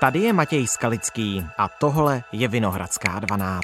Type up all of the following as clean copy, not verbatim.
Tady je Matěj Skalický a tohle je Vinohradská 12.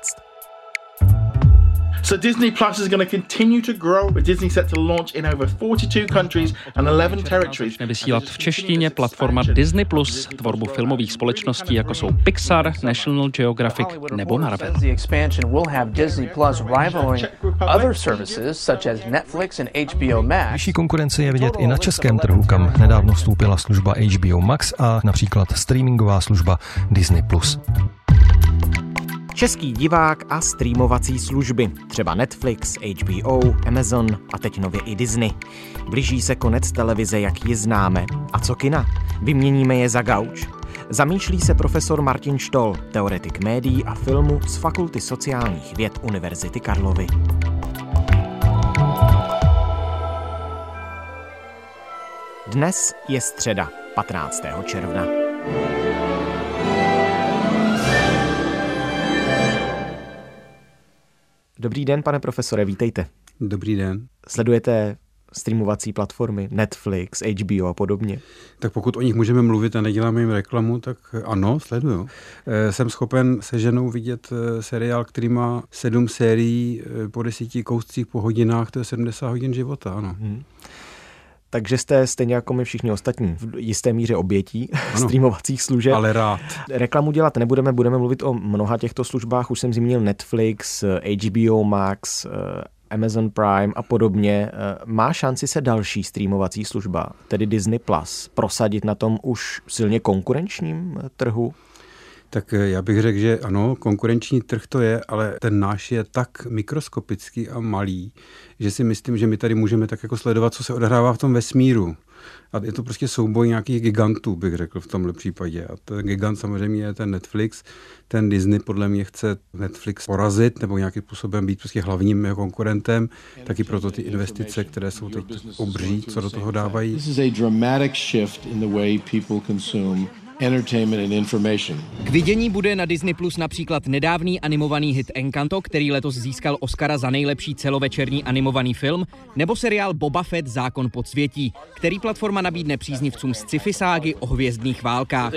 So Disney Plus is going to continue to grow, with Disney set to launch in over 42 countries and 11 territories. Vysílat v češtině platforma Disney Plus tvorbu filmových společností jako jsou Pixar, National Geographic nebo Marvel. The expansion will have Disney Plus rivaling other services such as Netflix and HBO Max. Vyšší konkurence je vidět i na českém trhu, kam nedávno vstoupila služba HBO Max a například streamingová služba Disney Plus. Český divák a streamovací služby, třeba Netflix, HBO, Amazon a teď nově i Disney. Blíží se konec televize, jak ji známe. A co kina? Vyměníme je za gauč. Zamýšlí se profesor Martin Štol, teoretik médií a filmu z Fakulty sociálních věd Univerzity Karlovy. Dnes je středa, 15. června. Dobrý den, pane profesore, vítejte. Dobrý den. Sledujete streamovací platformy Netflix, HBO a podobně? Tak pokud o nich můžeme mluvit a neděláme jim reklamu, tak ano, sleduju. Jsem schopen se ženou vidět seriál, který má 7 sérií po 10 kouscích po hodinách, to je 70 hodin života, ano. Takže jste stejně jako my všichni ostatní v jisté míře obětí streamovacích služeb. Ale rád. Reklamu dělat nebudeme, budeme mluvit o mnoha těchto službách. Už jsem zmínil Netflix, HBO Max, Amazon Prime a podobně. Má šanci se další streamovací služba, tedy Disney Plus, prosadit na tom už silně konkurenčním trhu? Tak já bych řekl, že ano, konkurenční trh to je, ale ten náš je tak mikroskopický a malý, že si myslím, že my tady můžeme tak jako sledovat, co se odehrává v tom vesmíru. A je to prostě souboj nějakých gigantů, bych řekl v tomhle případě. A ten gigant samozřejmě je ten Netflix. Ten Disney podle mě chce Netflix porazit nebo nějakým způsobem být prostě hlavním jeho konkurentem. Taky proto ty investice, které jsou teď obří, co do toho dávají. This is a dramatic shift in the way people consume entertainment and information. K vidění bude na Disney Plus například nedávný animovaný hit Encanto, který letos získal Oscara za nejlepší celovečerní animovaný film, nebo seriál Boba Fett Zákon podsvětí, který platforma nabídne příznivcům sci-fi ságy o hvězdných válkách.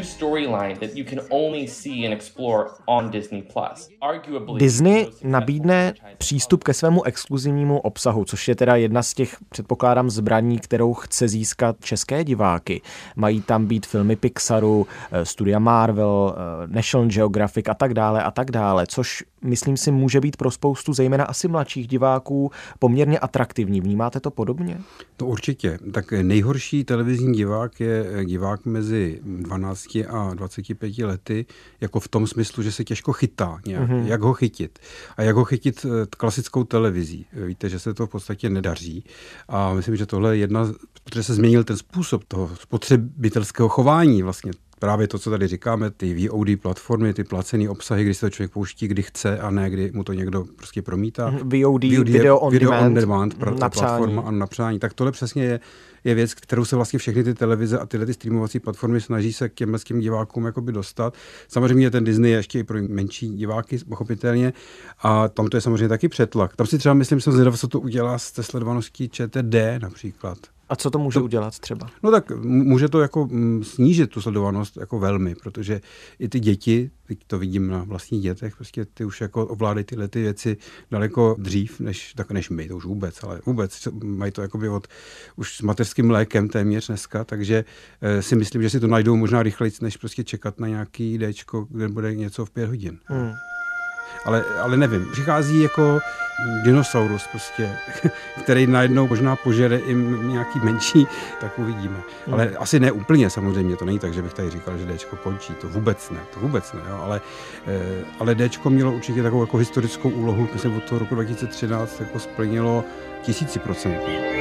Disney nabídne přístup ke svému exkluzivnímu obsahu, což je teda jedna z těch, předpokládám, zbraní, kterou chce získat české diváky. Mají tam být filmy Pixar, studia Marvel, National Geographic a tak dále, což myslím si může být pro spoustu zejména asi mladších diváků poměrně atraktivní. Vnímáte to podobně? To určitě. Tak nejhorší televizní divák je divák mezi 12 a 25 lety, jako v tom smyslu, že se těžko chytá nějak. Jak ho chytit? A jak ho chytit klasickou televizí? Víte, že se to v podstatě nedaří. A myslím, že tohle je jedna, protože se změnil ten způsob toho spotřebitelského chování vlastně. Právě to, co tady říkáme, ty VOD platformy, ty placený obsahy, kdy se to člověk pouští, kdy chce a ne, kdy mu to někdo prostě promítá. VOD video on demand platforma a na přání. Tak tohle přesně je věc, kterou se vlastně všechny ty televize a tyhle ty streamovací platformy snaží se k těm divákům jakoby dostat. Samozřejmě ten Disney je ještě i pro menší diváky, pochopitelně, a tam to je samozřejmě taky přetlak. Tam si třeba myslím, že zvědav, co to udělá s té sledovaností ČTD například. A co to může udělat třeba? No tak může to jako snížit tu sledovanost jako velmi, protože i ty děti, teď to vidím na vlastních dětech, prostě ty už jako ovládají tyhle ty věci daleko dřív, než my, to už vůbec, ale vůbec mají to jakoby už s mateřským mlékem téměř dneska, takže si myslím, že si to najdou možná rychleji, než prostě čekat na nějaký Dčko, kde bude něco v 5 hodin. Ale nevím, přichází jako dinosaurus prostě, který najednou možná požere i nějaký menší, tak uvidíme. Ale asi ne úplně samozřejmě, to není tak, že bych tady říkal, že Dčko končí, to vůbec ne, jo, ale Dčko mělo určitě takovou jako historickou úlohu, myslím od toho roku 2013 jako splnilo 1000%.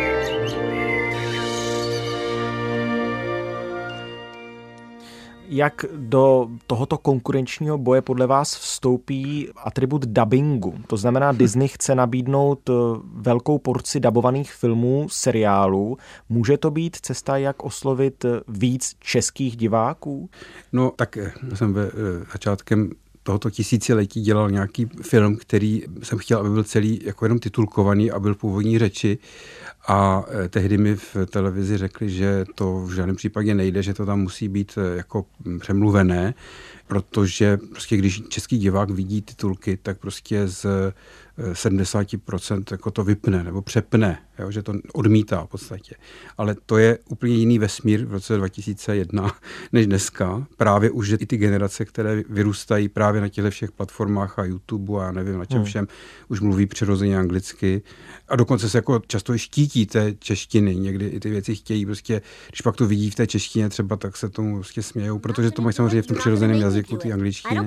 Jak do tohoto konkurenčního boje podle vás vstoupí atribut dabingu? To znamená, Disney chce nabídnout velkou porci dabovaných filmů, seriálů. Může to být cesta, jak oslovit víc českých diváků? No tak jsem začátkem tohoto tisíciletí dělal nějaký film, který jsem chtěl, aby byl celý jako jenom titulkovaný a byl původní řeči. A tehdy mi v televizi řekli, že to v žádném případě nejde, že to tam musí být jako přemluvené, protože prostě když český divák vidí titulky, tak prostě z 70% jako to vypne nebo přepne, jo, že to odmítá v podstatě. Ale to je úplně jiný vesmír v roce 2001 než dneska. Právě už i ty generace, které vyrůstají právě na těchto všech platformách a YouTube a já nevím na čem všem, už mluví přirozeně anglicky a dokonce se jako často štítí té češtiny. Někdy i ty věci chtějí prostě, když pak to vidí v té češtině třeba, tak se tomu prostě smějou, protože to mají samozřejmě v tom přirozeném jazyku ty angličtiny.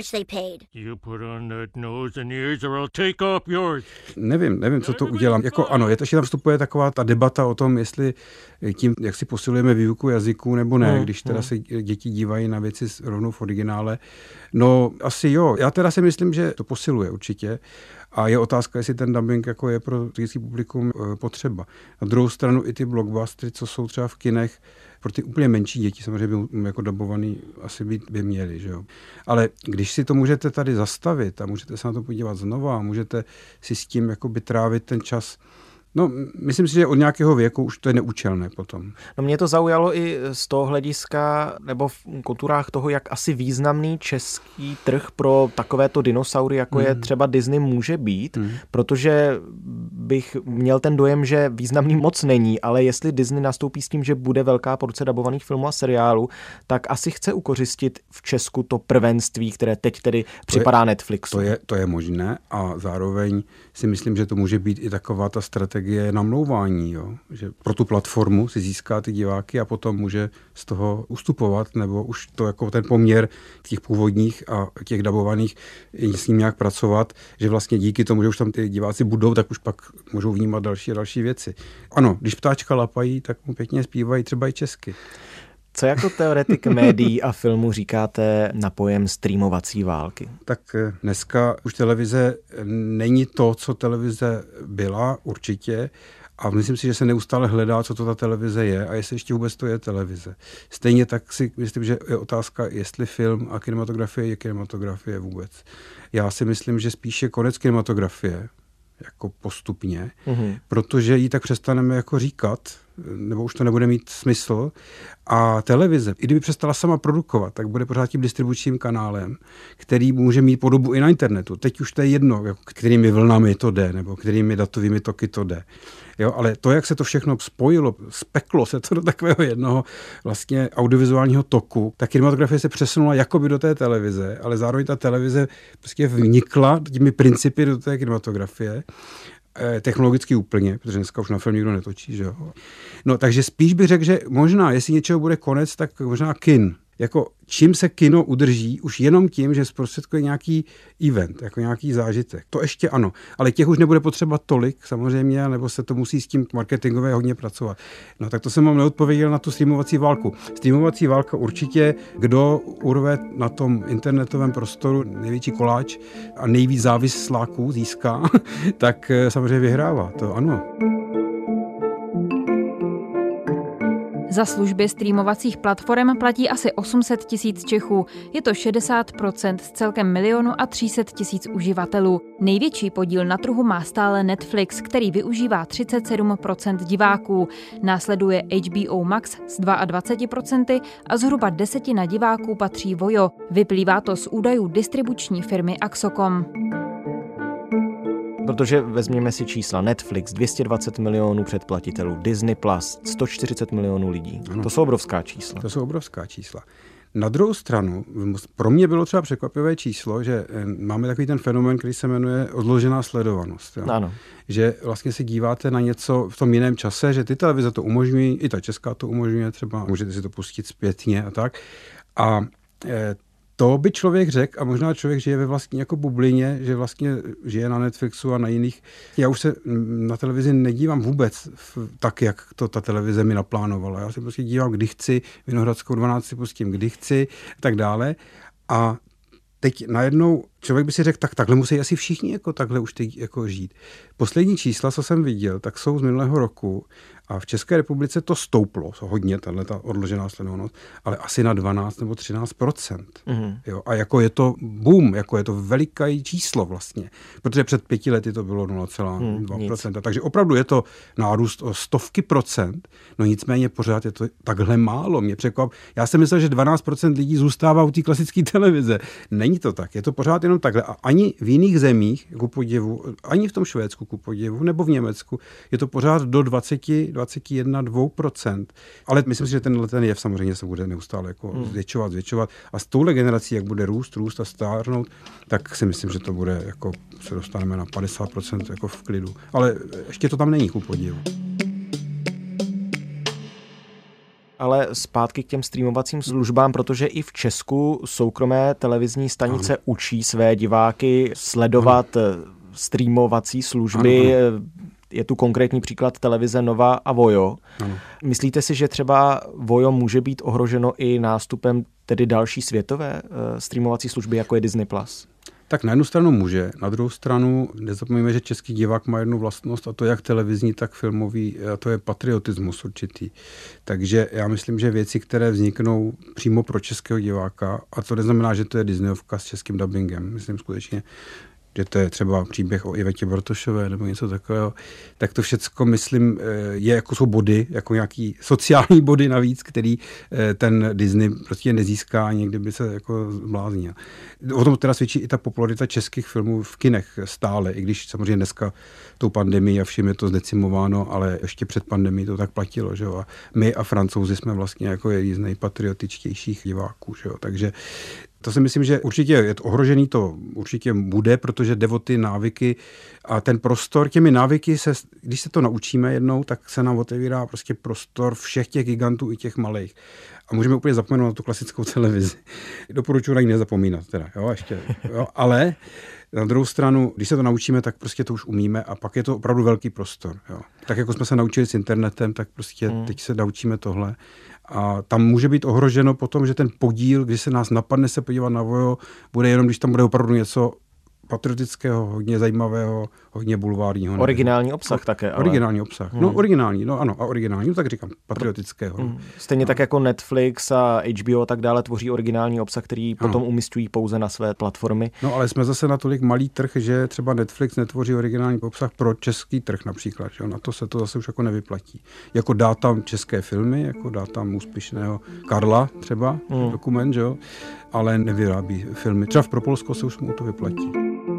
Nevím, co to udělám. Jako ano, ještě tam vstupuje taková ta debata o tom, jestli tím, jak si posilujeme výuku jazyků nebo ne, když teda se děti dívají na věci rovnou v originále. No, asi jo. Já teda si myslím, že to posiluje určitě. A je otázka, jestli ten dubbing jako je pro dětský publikum potřeba. Na druhou stranu i ty blockbustery, co jsou třeba v kinech, pro ty úplně menší děti samozřejmě by jako dabovaný asi by měli, že jo. Ale když si to můžete tady zastavit a můžete se na to podívat znova a můžete si s tím jakoby trávit ten čas. No, myslím si, že od nějakého věku už to je neúčelné potom. No mě to zaujalo i z toho hlediska, nebo v konturách toho, jak asi významný český trh pro takovéto dinosaury, jako je třeba Disney, může být, protože bych měl ten dojem, že významný moc není, ale jestli Disney nastoupí s tím, že bude velká porce dabovaných filmů a seriálů, tak asi chce ukořistit v Česku to prvenství, které teď tedy připadá Netflixu. To je možné a zároveň si myslím, že to může být i taková ta strategie namlouvání, jo? Že pro tu platformu si získá ty diváky a potom může z toho ustupovat, nebo už to jako ten poměr těch původních a těch dabovaných s ním nějak pracovat, že vlastně díky tomu, že už tam ty diváci budou, tak už pak můžou vnímat další a další věci. Ano, když ptáčka lapají, tak mu pěkně zpívají třeba i česky. Co jako teoretik médií a filmu říkáte na pojem streamovací války? Tak dneska už televize není to, co televize byla určitě a myslím si, že se neustále hledá, co to ta televize je a jestli ještě vůbec to je televize. Stejně tak si myslím, že je otázka, jestli film a kinematografie je kinematografie vůbec. Já si myslím, že spíše konec kinematografie, jako postupně, protože ji tak přestaneme jako říkat, nebo už to nebude mít smysl. A televize, i kdyby přestala sama produkovat, tak bude pořád tím distribučním kanálem, který může mít podobu i na internetu. Teď už to je jedno, jako kterými vlnami to jde, nebo kterými datovými toky to jde. Jo, ale to, jak se to všechno spojilo, speklo se to do takového jednoho vlastně audiovizuálního toku, ta kinematografie se přesunula jakoby do té televize, ale zároveň ta televize prostě vnikla těmi principy do té kinematografie, technologicky úplně, protože dneska už na film nikdo netočí, že jo. No, takže spíš bych řekl, že možná, jestli něčeho bude konec, tak možná kin. Jako čím se kino udrží, už jenom tím, že zprostředkuje nějaký event, jako nějaký zážitek. To ještě ano, ale těch už nebude potřeba tolik samozřejmě, nebo se to musí s tím marketingově hodně pracovat. No tak to jsem vám neodpověděl na tu streamovací válku. Streamovací válka určitě, kdo urve na tom internetovém prostoru největší koláč a nejvíc závisláků získá, tak samozřejmě vyhrává, to ano. Za služby streamovacích platform platí asi 800 000 Čechů. Je to 60% z celkem 1 300 000 uživatelů. Největší podíl na trhu má stále Netflix, který využívá 37% diváků. Následuje HBO Max s 22% a zhruba 10% diváků patří Vojo. Vyplývá to z údajů distribuční firmy Axocom. Protože vezměme si čísla Netflix, 220 milionů předplatitelů, Disney Plus, 140 milionů lidí. Ano. To jsou obrovská čísla. To jsou obrovská čísla. Na druhou stranu, pro mě bylo třeba překvapivé číslo, že máme takový ten fenomén, který se jmenuje odložená sledovanost. Jo? Ano. Že vlastně se díváte na něco v tom jiném čase, že ty televize to umožňují, i ta česká to umožňuje třeba, můžete si to pustit zpětně a tak. A to by člověk řekl, a možná člověk žije ve vlastní jako bublině, že vlastně žije na Netflixu a na jiných. Já už se na televizi nedívám vůbec tak, jak to ta televize mi naplánovala. Já se prostě dívám, kdy chci, Vinohradskou 12 si pustím, kdy chci, a tak dále. A teď najednou člověk by si řekl, tak takhle musí asi všichni jako takhle už teď jako žít. Poslední čísla, co jsem viděl, tak jsou z minulého roku a v České republice to stouplo hodně, ta odložená sledovanost, ale asi na 12 nebo 13%. Jo, a jako je to boom, jako je to veliké číslo vlastně, protože před 5 lety to bylo 0,2%. Takže opravdu je to nárůst o stovky procent, no nicméně pořád je to takhle málo. Mě překvapilo. Já jsem myslel, že 12% lidí zůstává u té klasické televize. Není to tak, je to pořád jenom takhle. A ani v jiných zemích, ku podivu, ani v tom Švédsku, ku podivu, nebo v Německu, je to pořád do 21-2%. Ale myslím si, že ten jev samozřejmě se bude neustále jako zvětšovat. A s touhle generací, jak bude růst a stárnout, tak si myslím, že to bude jako se dostaneme na 50% jako v klidu. Ale ještě to tam není, ku podivu. Ale zpátky k těm streamovacím službám, protože i v Česku soukromé televizní stanice učí své diváky sledovat streamovací služby. Je tu konkrétní příklad televize Nova a Vojo. Myslíte si, že třeba Vojo může být ohroženo i nástupem tedy další světové streamovací služby, jako je Disney+? Tak na jednu stranu může, na druhou stranu nezapomeňme, že český divák má jednu vlastnost a to jak televizní, tak filmový, a to je patriotismus určitý. Takže já myslím, že věci, které vzniknou přímo pro českého diváka, a to neznamená, že to je Disneyovka s českým dubbingem, myslím skutečně, že to je třeba příběh o Ivetě Bartošové nebo něco takového, tak to všecko, myslím, je jako jsou body, jako nějaký sociální body navíc, který ten Disney prostě nezíská a někdy by se jako zbláznil. O tom teda svědčí i ta popularita českých filmů v kinech stále, i když samozřejmě dneska tou pandemií a všim je to zdecimováno, ale ještě před pandemií to tak platilo, že jo. A my a Francouzi jsme vlastně jako jedni z nejpatriotičtějších diváků, že jo. Takže to si myslím, že určitě je to ohrožený, to určitě bude, protože jde o ty návyky a ten prostor těmi návyky, když se to naučíme jednou, tak se nám otevírá prostě prostor všech těch gigantů i těch malých. A můžeme úplně zapomenout na tu klasickou televizi. Doporučuji na ní nezapomínat teda, jo, ale na druhou stranu, když se to naučíme, tak prostě to už umíme a pak je to opravdu velký prostor. Jo. Tak jako jsme se naučili s internetem, tak prostě teď se naučíme tohle. A tam může být ohroženo potom, že ten podíl, když se nás napadne se podívat na Vojo, bude jenom, když tam bude opravdu něco patriotického, hodně zajímavého, hodně bulvárního. Originální obsah také. Ale... Originální obsah. No originální, no ano, a originální, no tak říkám, patriotického. Stejně tak jako Netflix a HBO a tak dále tvoří originální obsah, který potom umisťují pouze na své platformy. No ale jsme zase natolik malý trh, že třeba Netflix netvoří originální obsah pro český trh například. Že? Na to se to zase už jako nevyplatí. Jako dá tam české filmy, jako dá tam úspěšného Karla třeba, dokument, že jo? Ale nevyrábí filmy. Třeba pro Polsko se už mu to vyplatí.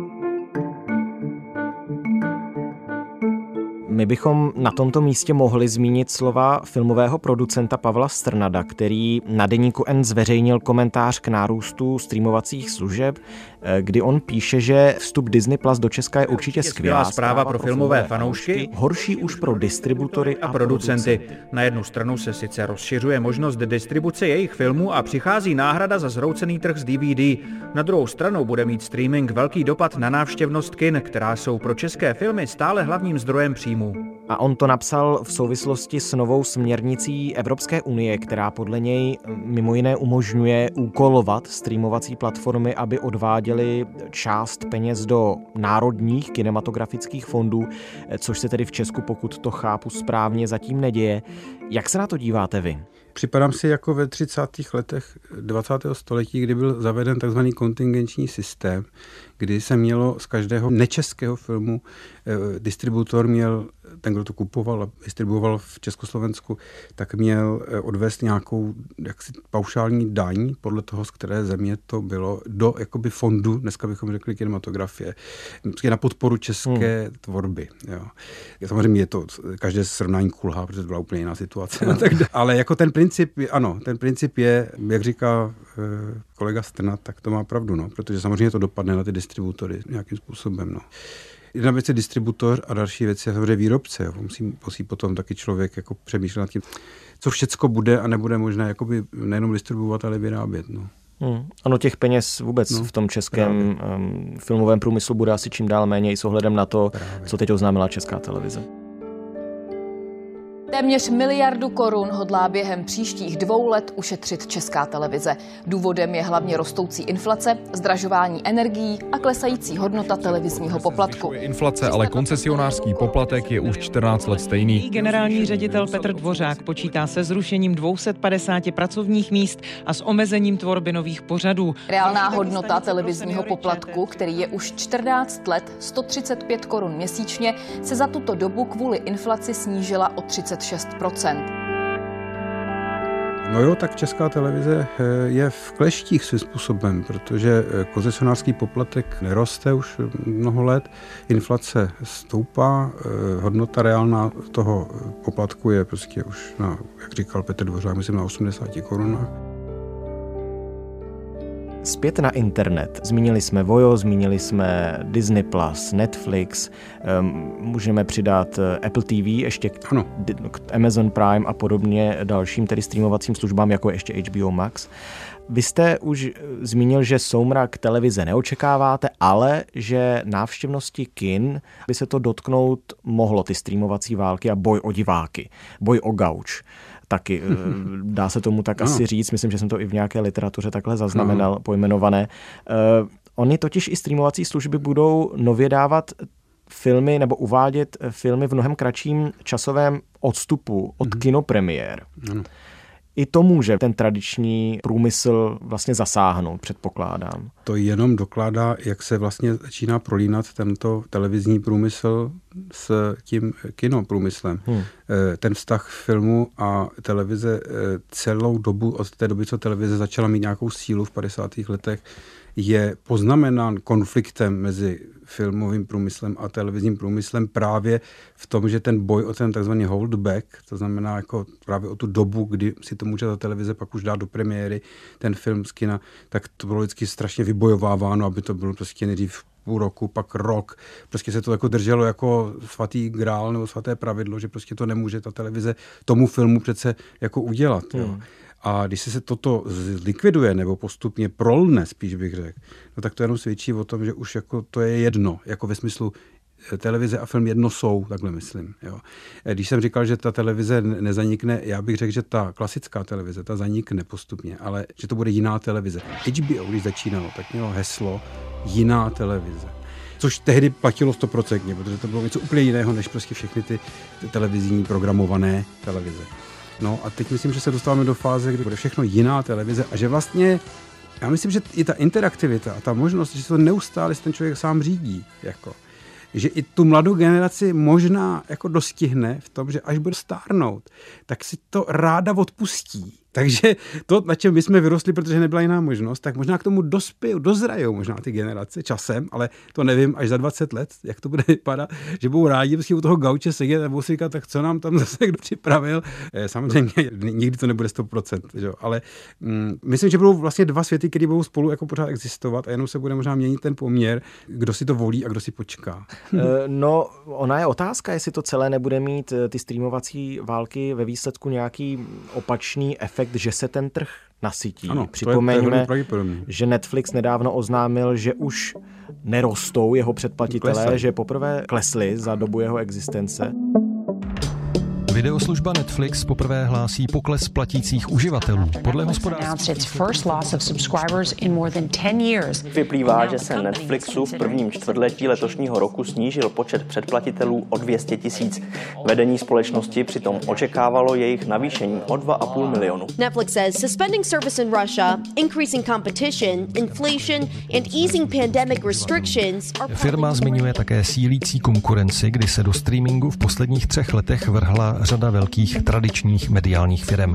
My bychom na tomto místě mohli zmínit slova filmového producenta Pavla Strnada, který na Deníku N zveřejnil komentář k nárůstu streamovacích služeb, kdy on píše, že vstup Disney Plus do Česka je určitě skvělá zpráva pro filmové fanoušky, horší už pro distributory a producenty. Na jednu stranu se sice rozšiřuje možnost distribuce jejich filmů a přichází náhrada za zhroucený trh s DVD. Na druhou stranu bude mít streaming velký dopad na návštěvnost kin, která jsou pro české filmy stále hlavním zdrojem příjmů. A on to napsal v souvislosti s novou směrnicí Evropské unie, která podle něj mimo jiné umožňuje úkolovat streamovací platformy, aby odváděly část peněz do národních kinematografických fondů, což se tedy v Česku, pokud to chápu správně, zatím neděje. Jak se na to díváte vy? Připadám si jako ve 30. letech 20. století, kdy byl zaveden takzvaný kontingenční systém, kdy se mělo z každého nečeského filmu distributor měl, ten, kdo to kupoval a distribuoval v Československu, tak měl odvést nějakou jaksi paušální daň podle toho, z které země to bylo, do jakoby fondu, dneska bychom řekli kinematografie, na podporu české tvorby. Jo. Samozřejmě je to, každé srovnání kulhá, protože to byla úplně jiná situace. Ale jako ten princip, ano, ten princip je, jak říká kolega Strnad, tak to má pravdu, no, protože samozřejmě to dopadne na ty distributory nějakým způsobem. No. Jedna věc je distributor a další věc je samozřejmě výrobce. Jo. Musí potom taky člověk jako přemýšlet nad tím, co všecko bude a nebude možné jakoby nejenom distribuovat, ale vyrábět. No. Ano, těch peněz vůbec v tom českém filmovém průmyslu bude asi čím dál méně i s ohledem na to, co teď oznámila Česká televize. Téměř 1 miliardu korun hodlá během příštích 2 let ušetřit Česká televize. Důvodem je hlavně rostoucí inflace, zdražování energií a klesající hodnota televizního poplatku. Inflace, ale koncesionářský poplatek je už 14 let stejný. Generální ředitel Petr Dvořák počítá se zrušením 250 pracovních míst a s omezením tvorby nových pořadů. Reálná hodnota televizního poplatku, který je už 14 let 135 korun měsíčně, se za tuto dobu kvůli inflaci snížila o 36%. No jo, tak Česká televize je v kleštích svým způsobem, protože koncesionářský poplatek neroste už mnoho let, inflace stoupá, hodnota reálná toho poplatku je prostě už, jak říkal Petr Dvořák, myslím na 80 korunách. Zpět na internet. Zmínili jsme Vojo, zmínili jsme Disney+, Netflix, můžeme přidat Apple TV, ještě k Amazon Prime a podobně dalším tedy streamovacím službám, jako je ještě HBO Max. Vy jste už zmínil, že soumrak televize neočekáváte, ale že návštěvnosti kin by se to dotknout mohlo, ty streamovací války a boj o diváky, boj o gauč. Taky dá se tomu tak asi říct, myslím, že jsem to i v nějaké literatuře takhle zaznamenal, pojmenované. Oni totiž i streamovací služby budou nově dávat filmy nebo uvádět filmy v mnohem kratším časovém odstupu od kinopremiér. I to může ten tradiční průmysl vlastně zasáhnout, předpokládám. To jenom dokládá, jak se vlastně začíná prolínat tento televizní průmysl s tím kinoprůmyslem. Ten vztah filmu a televize celou dobu, od té doby, co televize začala mít nějakou sílu v 50. letech, je poznamenán konfliktem mezi filmovým průmyslem a televizním průmyslem právě v tom, že ten boj o ten takzvaný holdback, to znamená jako právě o tu dobu, kdy si to může ta televize pak už dát do premiéry, ten film z kina, tak to bylo vždycky strašně vybojováváno, aby to bylo prostě nejdřív půl roku, pak rok. Prostě se to jako drželo jako svatý grál nebo svaté pravidlo, že prostě to nemůže ta televize tomu filmu přece jako udělat. Jo. A když se toto zlikviduje nebo postupně prolne, spíš bych řekl, no tak to jenom svědčí o tom, že už jako to je jedno, jako ve smyslu televize a film jedno jsou, takhle myslím. Jo. Když jsem říkal, že ta televize nezanikne, já bych řekl, že ta klasická televize, ta zanikne postupně, ale že to bude jiná televize. HBO, když začínalo, tak mělo heslo jiná televize. Což tehdy platilo 100%, protože to bylo něco úplně jiného, než prostě všechny ty televizní programované televize. No a teď myslím, že se dostáváme do fáze, kdy bude všechno jiná televize a že vlastně, já myslím, že i ta interaktivita a ta možnost, že to neustále ten člověk sám řídí, jako, že i tu mladou generaci možná jako dostihne v tom, že až bude stárnout, tak si to ráda odpustí. Takže to, na čem my jsme vyrostli, protože nebyla jiná možnost, tak možná k tomu dozrajou možná ty generace časem, ale to nevím, až za 20 let, jak to bude vypadat, že budou rádi prostě u toho gauče sedět a budou si říkat, tak co nám tam zase kdo připravil. Samozřejmě nikdy to nebude 100%, že? Ale myslím, že budou vlastně dva světy, které budou spolu jako pořád existovat a jenom se bude možná měnit ten poměr, kdo si to volí a kdo si počká. No, ona je otázka, jestli to celé nebude mít ty streamovací války ve výsledku nějaký opačný efekt, že se ten trh nasytí. Ano, připomeňme, že Netflix nedávno oznámil, že už nerostou jeho předplatitelé, že poprvé klesli za dobu jeho existence. Videoslužba Netflix poprvé hlásí pokles platících uživatelů. Podle hospodářství vyplývá, že se Netflixu v prvním čtvrtletí letošního roku snížil počet předplatitelů o 200 000. Vedení společnosti přitom očekávalo jejich navýšení o 2,5 milionu. Netflix says suspending service in Russia, increasing competition, inflation and easing pandemic restrictions. Firma zmiňuje také sílící konkurenci, kdy se do streamingu v posledních 3 letech vrhla řada velkých tradičních mediálních firem.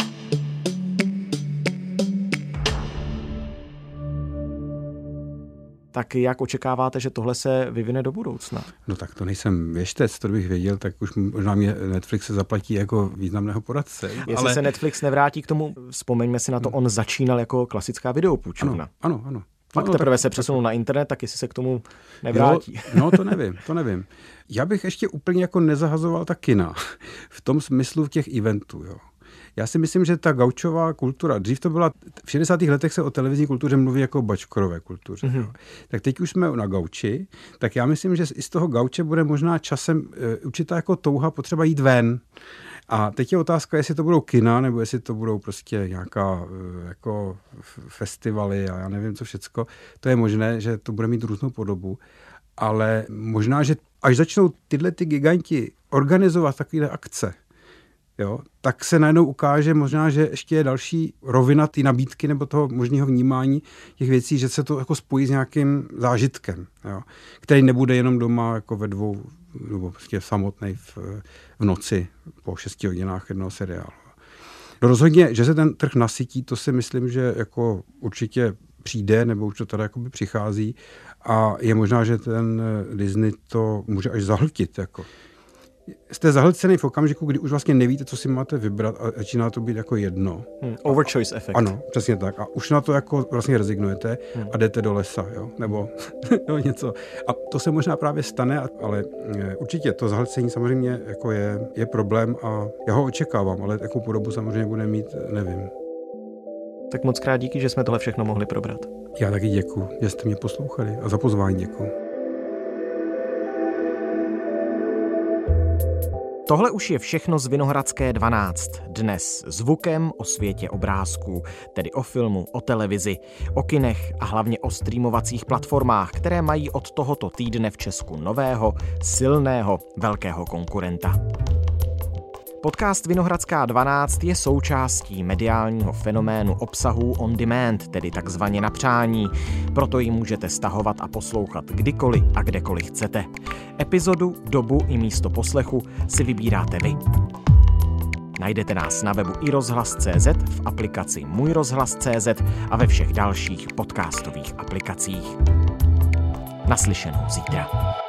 Tak jak očekáváte, že tohle se vyvine do budoucna? No tak to nejsem věštec, to bych věděl, tak už možná mě Netflix se zaplatí jako významného poradce. Jestli se Netflix nevrátí k tomu, vzpomeňme si na to, on začínal jako klasická videopůjčovna. Ano. Pak teprve se přesunul na internet, tak jestli se k tomu nevrátí. No to nevím. Já bych ještě úplně jako nezahazoval ta kina v tom smyslu těch eventů, jo. Já si myslím, že ta gaučová kultura, dřív to byla, v 60. letech se o televizní kultuře mluví jako o bačkorové kultuře. Jo. Tak teď už jsme na gauči, tak já myslím, že i z toho gauče bude možná časem určitá jako touha potřeba jít ven. A teď je otázka, jestli to budou kina, nebo jestli to budou prostě nějaká jako festivaly a já nevím co všecko. To je možné, že to bude mít různou podobu, ale možná, že až začnou tyhle ty giganti organizovat takové akce, jo, tak se najednou ukáže možná, že ještě je další rovina ty nabídky nebo toho možného vnímání těch věcí, že se to jako spojí s nějakým zážitkem, jo, který nebude jenom doma jako ve dvou, nebo prostě samotnej v noci po 6 hodinách jednoho seriálu. No rozhodně, že se ten trh nasytí, to si myslím, že jako určitě přijde, nebo už to tady jakoby přichází a je možná, že ten Disney to může až zahltit, jako. Jste zahlcený v okamžiku, kdy už vlastně nevíte, co si máte vybrat a začíná to být jako jedno. Overchoice efekt. Ano, přesně tak. A už na to jako vlastně rezignujete a jdete do lesa, jo? Nebo něco. A to se možná právě stane, ale určitě to zahlcení samozřejmě jako je problém a já ho očekávám, ale jakou podobu samozřejmě bude mít, nevím. Tak moc krát díky, že jsme tohle všechno mohli probrat. Já taky děkuji, že jste mě poslouchali a za pozvání děkuji. Tohle už je všechno z Vinohradské 12. Dnes zvukem o světě obrázků, tedy o filmu, o televizi, o kinech a hlavně o streamovacích platformách, které mají od tohoto týdne v Česku nového, silného, velkého konkurenta. Podcast Vinohradská 12 je součástí mediálního fenoménu obsahů on demand, tedy takzvaně na přání. Proto ji můžete stahovat a poslouchat kdykoliv a kdekoliv chcete. Epizodu, dobu i místo poslechu si vybíráte vy. Najdete nás na webu iRozhlas.cz, v aplikaci Můj rozhlas.cz a ve všech dalších podcastových aplikacích. Naslyšenou zítra.